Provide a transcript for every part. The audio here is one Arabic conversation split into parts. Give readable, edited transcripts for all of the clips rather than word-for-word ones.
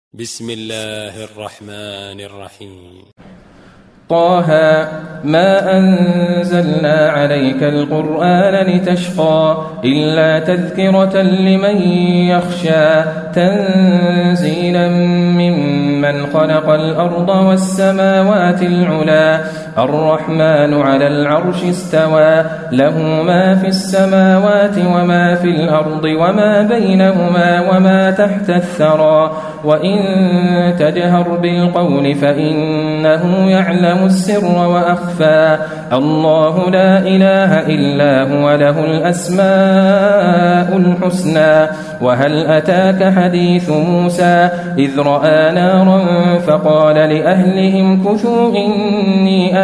بسم الله الرحمن الرحيم. طه ما أنزلنا عليك القرآن لتشقى إلا تذكرة لمن يخشى تنزيلا ممن خلق الأرض والسماوات العلا الرحمن على العرش استوى له ما في السماوات وما في الأرض وما بينهما وما تحت الثرى وإن تجهر بالقول فإنه يعلم السر وأخفى الله لا إله إلا هو له الأسماء الحسنى وهل أتاك حديث موسى إذ رأى نارا فقال لأهلهم كثوا إني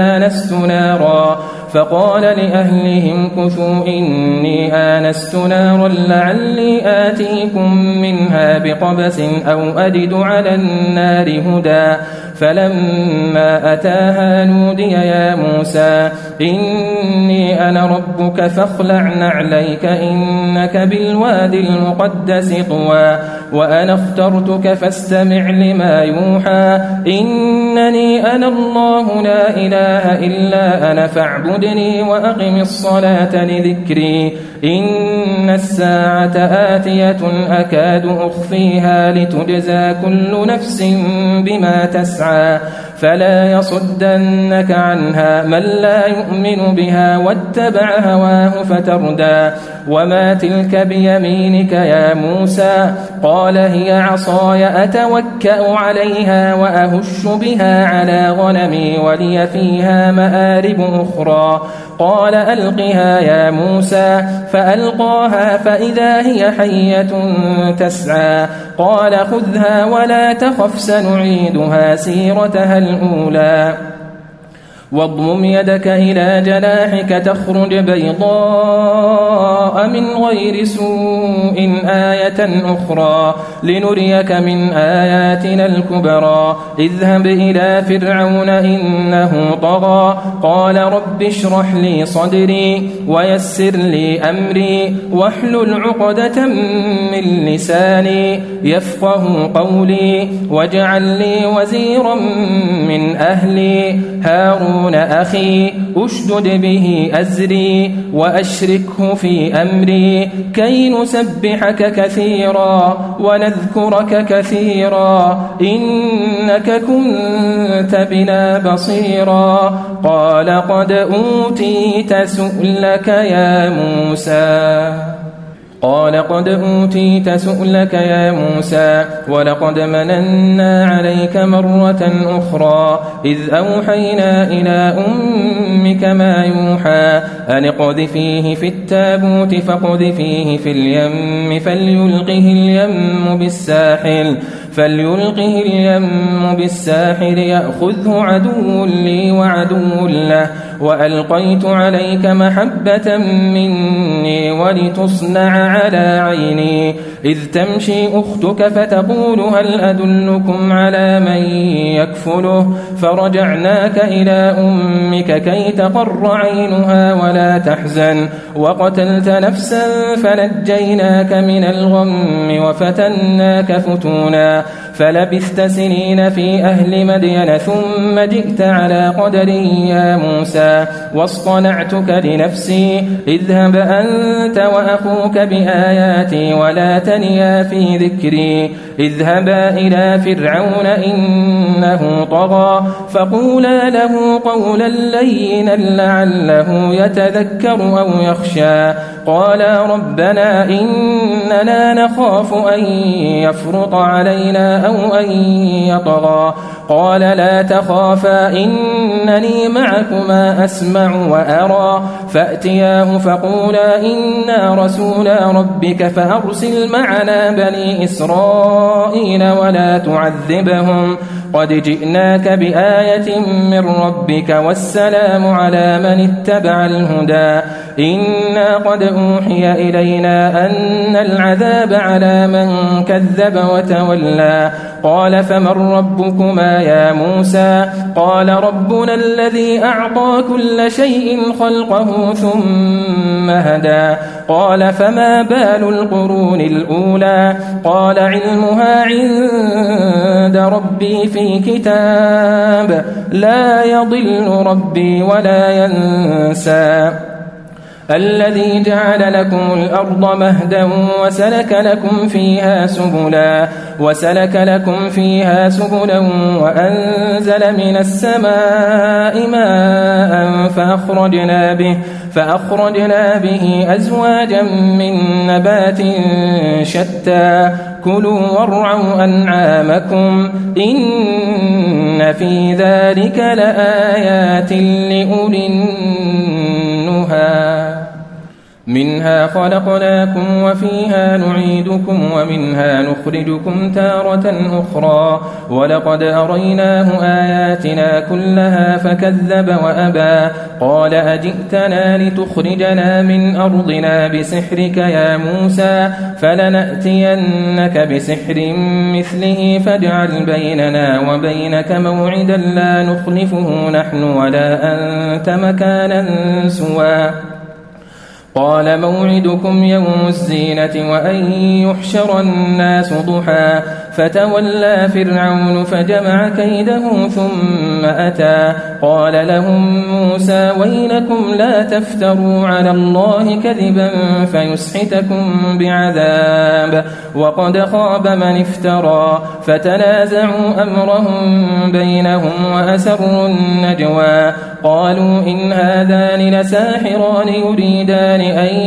آنست نارا لعلي آتيكم منها بقبس أو أجد على النار هدى فلما أتاها نودي يا موسى إني أنا ربك فاخلع نعليك إنك بالوادي المقدس طوى وأنا اخترتك فاستمع لما يوحى إنني أنا الله لا إله إلا أنا فاعبدني وأقم الصلاة لذكري إن الساعة آتية أكاد أخفيها لتجزى كل نفس بما تسعى فلا يصدنك عنها من لا يؤمن بها واتبع هواه فتردى وما تلك بيمينك يا موسى قال هي عصاي أتوكأ عليها وأهش بها على غنمي ولي فيها مآرب أخرى قال ألقها يا موسى فألقاها فإذا هي حية تسعى قال خذها ولا تخف سنعيدها سيرتها الأولى واضمم يدك إلى جناحك تخرج بيضاء من غير سوء آية أخرى لنريك من آياتنا الكبرى اذهب إلى فرعون إنه طغى قال رب اشرح لي صدري ويسر لي أمري واحلل عقدة من لساني يفقه قولي واجعل لي وزيرا من أهلي هارون أخي أشدد به أزري وأشركه في أمري كي نسبحك كثيرا ونذكرك كثيرا إنك كنت بنا بصيرا قال قد أوتيت سؤلك يا موسى ولقد مننا عليك مرة أخرى إذ أوحينا إلى أمك ما يوحى أن اقذفيه في التابوت فاقذفيه في اليم فليلقه اليم بالساحل يأخذه عدو لي وعدو له وألقيت عليك محبة مني ولتصنع على عيني إذ تمشي أختك فتقول هل أدلكم على من يكفله فرجعناك إلى أمك كي تقر عينها ولا تحزن وقتلت نفسا فنجيناك من الغم وفتناك فتونا فلبثت سنين في أهل مدين ثم جئت على قدري يا موسى واصطنعتك لنفسي اذهب أنت وأخوك بآياتي ولا تنيا في ذكري اذهبا إلى فرعون إنه طغى فقولا له قولا لينا لعله يتذكر أو يخشى قالا ربنا إننا نخاف أن يفرط علينا أو أن يطغى قال لا تخافا إنني معكما أسمع وأرى فأتياه فقولا إنا رسولا ربك فأرسل معنا بني إسرائيل ولا تعذبهم قد جئناك بآية من ربك والسلام على من اتبع الهدى إنا قد أوحي إلينا أن العذاب على من كذب وتولى قال فمن ربكما يا موسى قال ربنا الذي أعطى كل شيء خلقه ثم هدى قال فما بال القرون الأولى قال علمها عند ربي في كتاب لا يضل ربي ولا ينسى الذي جعل لكم الأرض مهدا وسلك لكم فيها سبلا وأنزل من السماء ماء فأخرجنا به أزواجا من نبات شتى كلوا وارعوا أنعامكم إن في ذلك لآيات لأولي النهى منها خلقناكم وفيها نعيدكم ومنها نخرجكم تارة أخرى ولقد أريناه آياتنا كلها فكذب وأبى قال أجئتنا لتخرجنا من أرضنا بسحرك يا موسى فلنأتينك بسحر مثله فاجعل بيننا وبينك موعدا لا نخلفه نحن ولا أنت مكانا سوى قال موعدكم يوم الزينة وأن يحشر الناس ضحى فتولى فرعون فجمع كيده ثم أتى قال لهم موسى ويلكم لا تفتروا على الله كذبا فيسحتكم بعذاب وقد خاب من افترى فتنازعوا أمرهم بينهم وأسروا النجوى قالوا إن هذان لساحران يريدان أن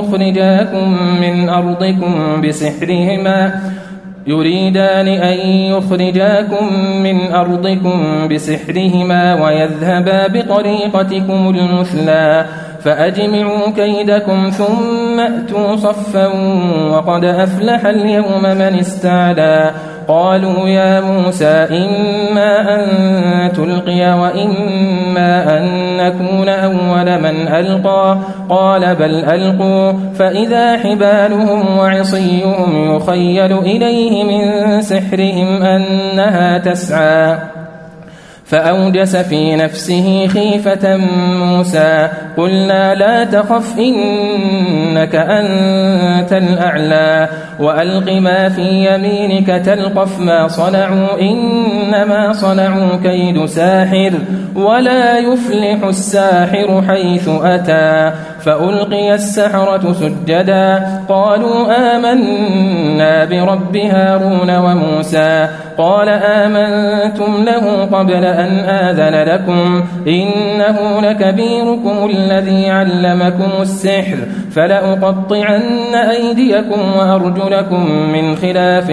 يخرجاكم من أرضكم بسحرهما ويذهبا بطريقتكم المثلى فأجمعوا كيدكم ثم أتوا صفا وقد أفلح اليوم من استعلى قالوا يا موسى إما أن تلقي وإما أن نكون أول من ألقى قال بل ألقوا فإذا حبالهم وعصيهم يخيل إليه من سحرهم أنها تسعى فأوجس في نفسه خيفة موسى قلنا لا تخف إنك أنت الأعلى وألق ما في يمينك تلقف ما صنعوا إنما صنعوا كيد ساحر ولا يفلح الساحر حيث أتى فألقي السحرة سجدا قالوا آمنا برب هارون وموسى قال آمنتم له قبل أن آذن لكم إنه لكبيركم الذي علمكم السحر فلأقطعن أيديكم وأرجلكم من خلاف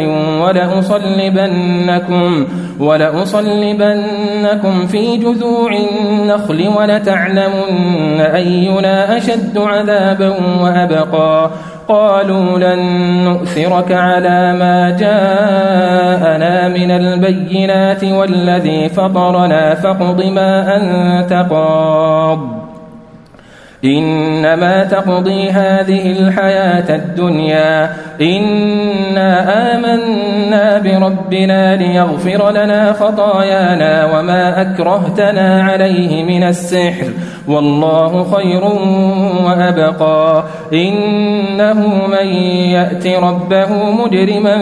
ولأصلبنكم في جذوع النخل ولتعلمن أينا أشد عذابا وأبقى قالوا لن نؤثرك على ما جاءنا من البينات والذي فطرنا فاقض ما أنت قاض إنما تقضي هذه الحياة الدنيا إنا آمنا بربنا ليغفر لنا خطايانا وما أكرهتنا عليه من السحر والله خير وأبقى إنه من يأت ربه مجرما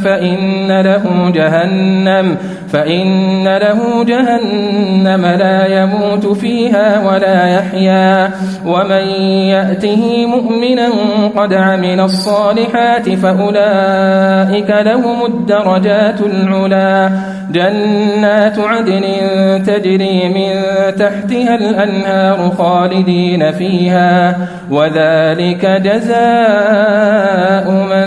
فإن له جهنم لا يموت فيها ولا يحيا ومن يأته مؤمنا قد عمل الصالحات فأولئك لهم الدرجات العلا جنات عدن تجري من تحتها الأنهار خالدين فيها وذلك جزاء من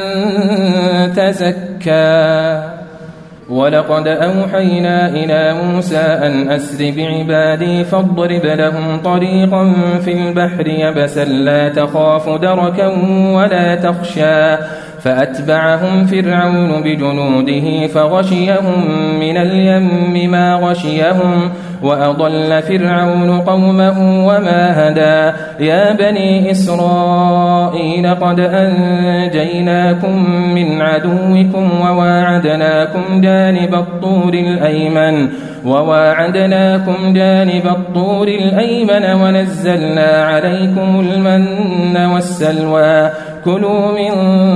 تزكى ولقد أوحينا إلى موسى أن أسر بعبادي فاضرب لهم طريقا في البحر يبسا لا تخاف دركا ولا تخشى فأتبعهم فرعون بجنوده فغشيهم من اليم ما غشيهم وأضل فرعون قومه وما هدى يا بني إسرائيل قد أنجيناكم من عدوكم وواعدناكم جانب الطور الأيمن ونزلنا عليكم المن والسلوى كلوا من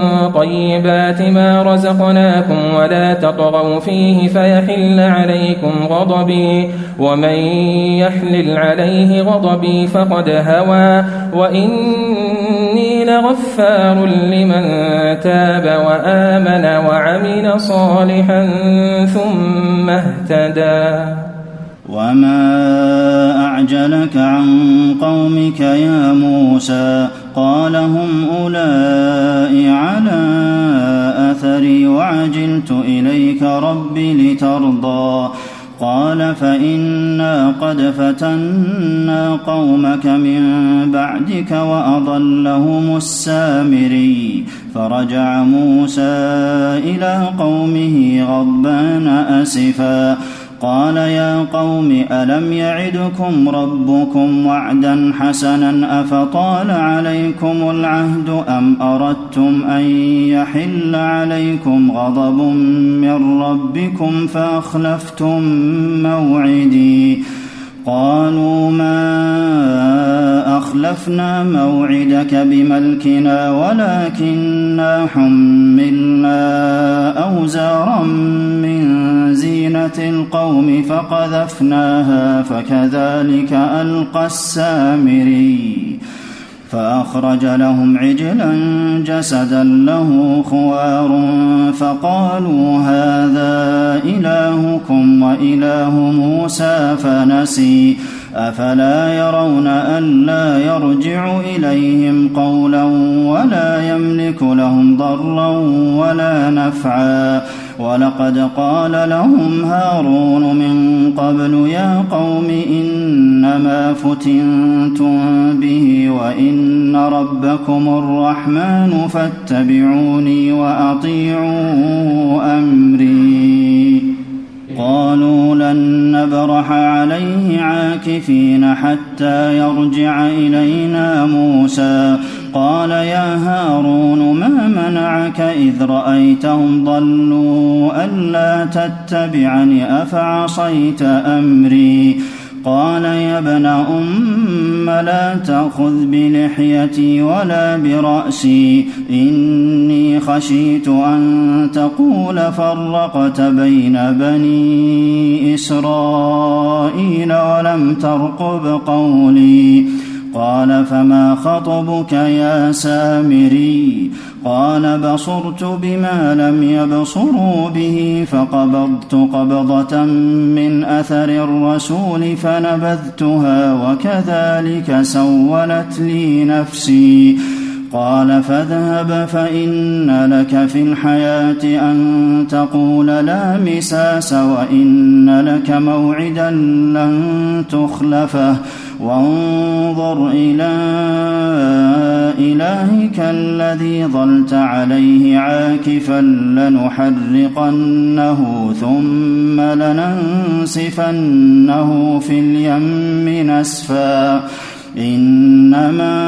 طيبات ما رزقناكم ولا تطغوا فيه فيحل عليكم غضبي ومن يحلل عليه غضبي فقد هوى وإني لغفار لمن تاب وآمن وعمل صالحا ثم اهتدى. وما أعجلك عن قومك يا موسى قال هم أولئك على أثري وعجلت إليك رب لترضى قال فإنا قد فتنا قومك من بعدك وأضلهم السامري فرجع موسى إلى قومه غضبان أسفا قال يا قوم ألم يعدكم ربكم وعدا حسنا أفطال عليكم العهد أم أردتم أن يحل عليكم غضب من ربكم فأخلفتم موعدي قالوا ما أخلفنا موعدك بملكنا ولكننا حملنا أوزارا من زينة القوم فقذفناها فكذلك ألقى السامري فأخرج لهم عجلا جسدا له خوار فقالوا هذا إلهكم وإله موسى فنسي أفلا يرون ألا يرجع إليهم قولا ولا يملك لهم ضرا ولا نفعا ولقد قال لهم هارون من قبل يا قوم إنما فتنتم به وإن ربكم الرحمن فاتبعوني وأطيعوا أمري قالوا لن نبرح عليه عاكفين حتى يرجع إلينا موسى قال يا هارون ما منعك إذ رأيتهم ضلوا ألا تتبعني أفعصيت أمري قال يا ابن أم لا تأخذ بلحيتي ولا برأسي إني خشيت أن تقول فرقت بين بني إسرائيل ولم ترقب قولي قال فما خطبك يا سامري قال بصرت بما لم يبصروا به فقبضت قبضة من أثر الرسول فنبذتها وكذلك سولت لي نفسي قال فاذهب فإن لك في الحياة أن تقول لا مساس وإن لك موعدا لن تخلفه وانظر إلى إلهك الذي ظلت عليه عاكفا لنحرقنه ثم لننسفنه في اليم نسفا إنما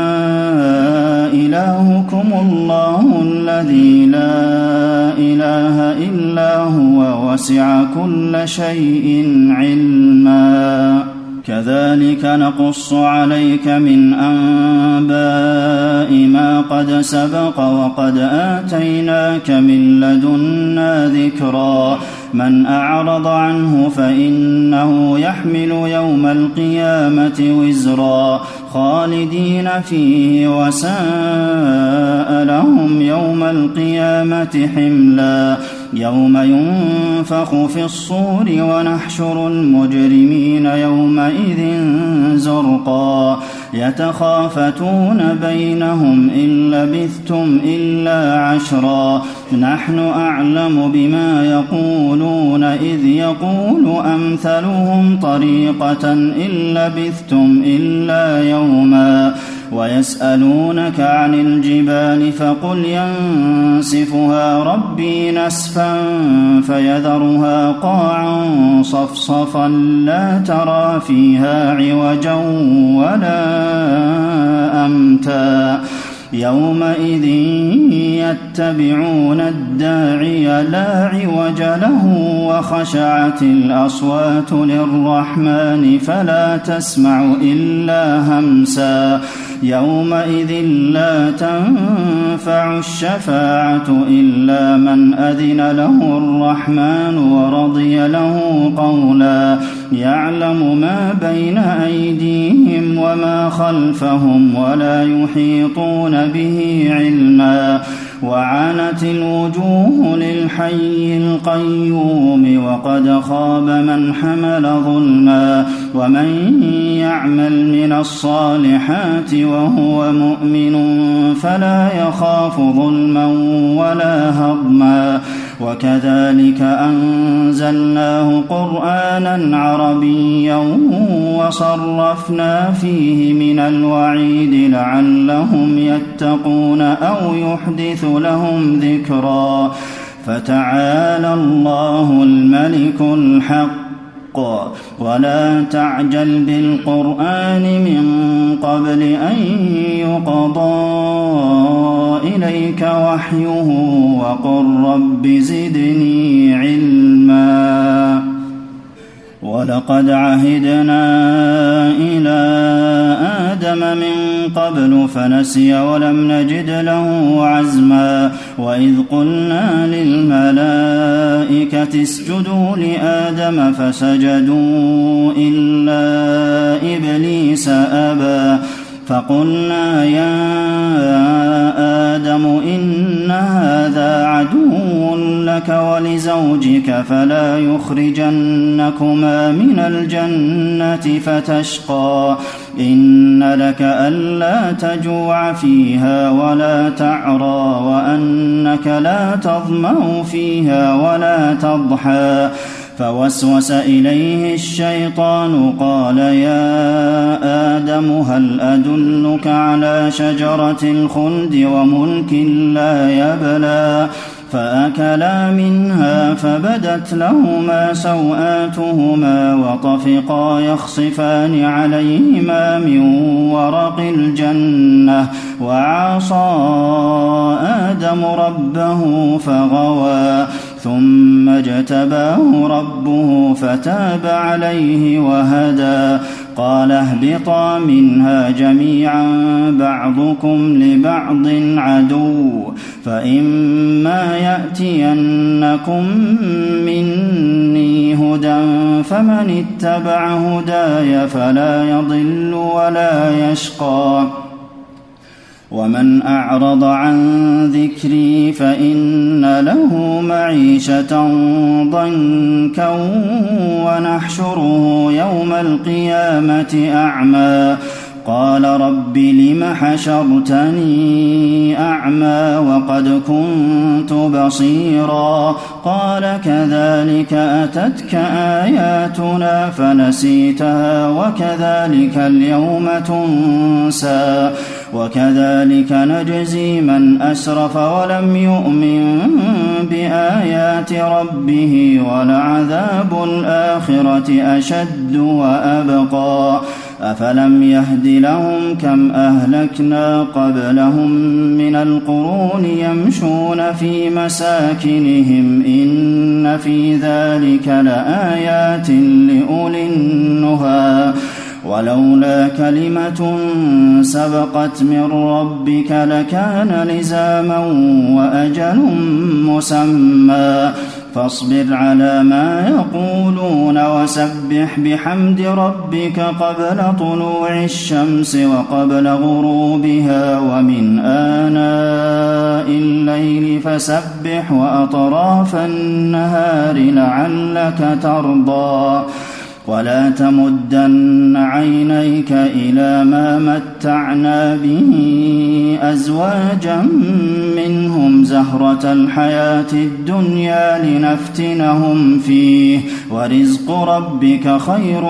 إلهكم الله الذي لا إله إلا هو وسع كل شيء علما كذلك نقص عليك من أنباء ما قد سبق وقد آتيناك من لدنا ذكرا من أعرض عنه فإنه يحمل يوم القيامة وزرا خالدين فيه وساء لهم يوم القيامة حملا يوم ينفخ في الصور ونحشر المجرمين يومئذ زرقا يتخافتون بينهم إن لبثتم إلا عشرا نحن أعلم بما يقولون إذ يقول أمثلهم طريقة إن لبثتم إلا يوما ويسألونك عن الجبال فقل ينسفها ربي نسفا فيذرها قاعا صفصفا لا ترى فيها عوجا ولا أمتا يومئذ يتبعون الداعي لا عوج له وخشعت الأصوات للرحمن فلا تسمع إلا همسا يومئذ لا تنفع الشفاعة إلا من أذن له الرحمن ورضي له قولا يعلم ما بين أيديهم وما خلفهم ولا يحيطون به علما وعنت الوجوه للحي القيوم وقد خاب من حمل ظلما ومن يعمل من الصالحات وهو مؤمن فلا يخاف ظلما ولا هضما وكذلك أنزلناه قرآنا عربيا وصرفنا فيه من الوعيد لعلهم يتقون أو يحدث لهم ذكرا فتعالى الله الملك الحق ولا تعجل بالقرآن من قبل أن يقضى إليك وحيه وقل رب زدني علما ولقد عهدنا إلى آدم من قبل فنسي ولم نجد له عزما وإذ قلنا للملائكة اسجدوا لآدم فسجدوا إلا إبليس أبى فقلنا يا آدم إن هذا عدو لك ولزوجك فلا يخرجنكما من الجنة فتشقى إن لك ألا تجوع فيها ولا تعرى وأنك لا تظمأ فيها ولا تضحى فوسوس إليه الشيطان قال يا آدم هل أدلك على شجرة الخلد وملك لا يبلى فأكلا منها فبدت لهما سوآتهما وطفقا يخصفان عليهما من ورق الجنة وعصى آدم ربه فغوى ثم اجتباه ربه فتاب عليه وهدى قال اهبطا منها جميعا بعضكم لبعض عدو فإما يأتينكم مني هدى فمن اتبع هداي فلا يضل ولا يشقى ومن أعرض عن ذكري فإن له معيشة ضنكا ونحشره يوم القيامة أعمى قال رب لم حشرتني أعمى وقد كنت بصيرا قال كذلك أتتك آياتنا فنسيتها وكذلك اليوم تنسى وكذلك نجزي من أسرف ولم يؤمن بآيات ربه ولعذاب الآخرة أشد وأبقى أفلم يهد لهم كم أهلكنا قبلهم من القرون يمشون في مساكنهم إن في ذلك لآيات لأولي النهى ولولا كلمة سبقت من ربك لكان لزاما وأجل مسمى فاصبر على ما يقولون وسبح بحمد ربك قبل طلوع الشمس وقبل غروبها ومن آناء الليل فسبح وأطراف النهار لعلك ترضى ولا تمدن عينيك إلى ما متعنا به أزواجا منهم زهرة الحياة الدنيا لنفتنهم فيه ورزق ربك خير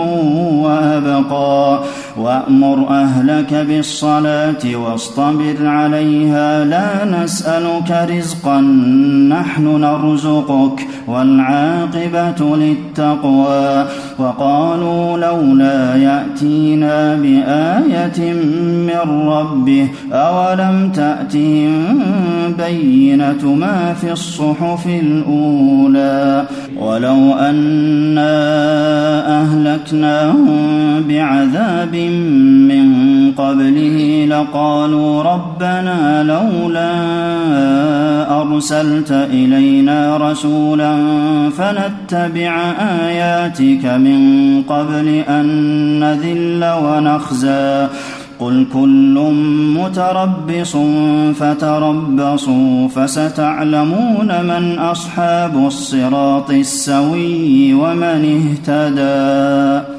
وأبقى وأمر أهلك بالصلاة واصطبر عليها لا نسألك رزقا نحن نرزقك والعاقبة للتقوى وقالوا لولا يأتينا بآية من ربه أولم تأتهم بينة ما في الصحف الأولى ولو أنا أهلكناهم بعذاب من قبله لقالوا ربنا لولا أرسلت إلينا رسولا فنتبع آياتك من قبل أن نذل ونخزى قل كل متربص فتربصوا فستعلمون من أصحاب الصراط السوي ومن اهتدى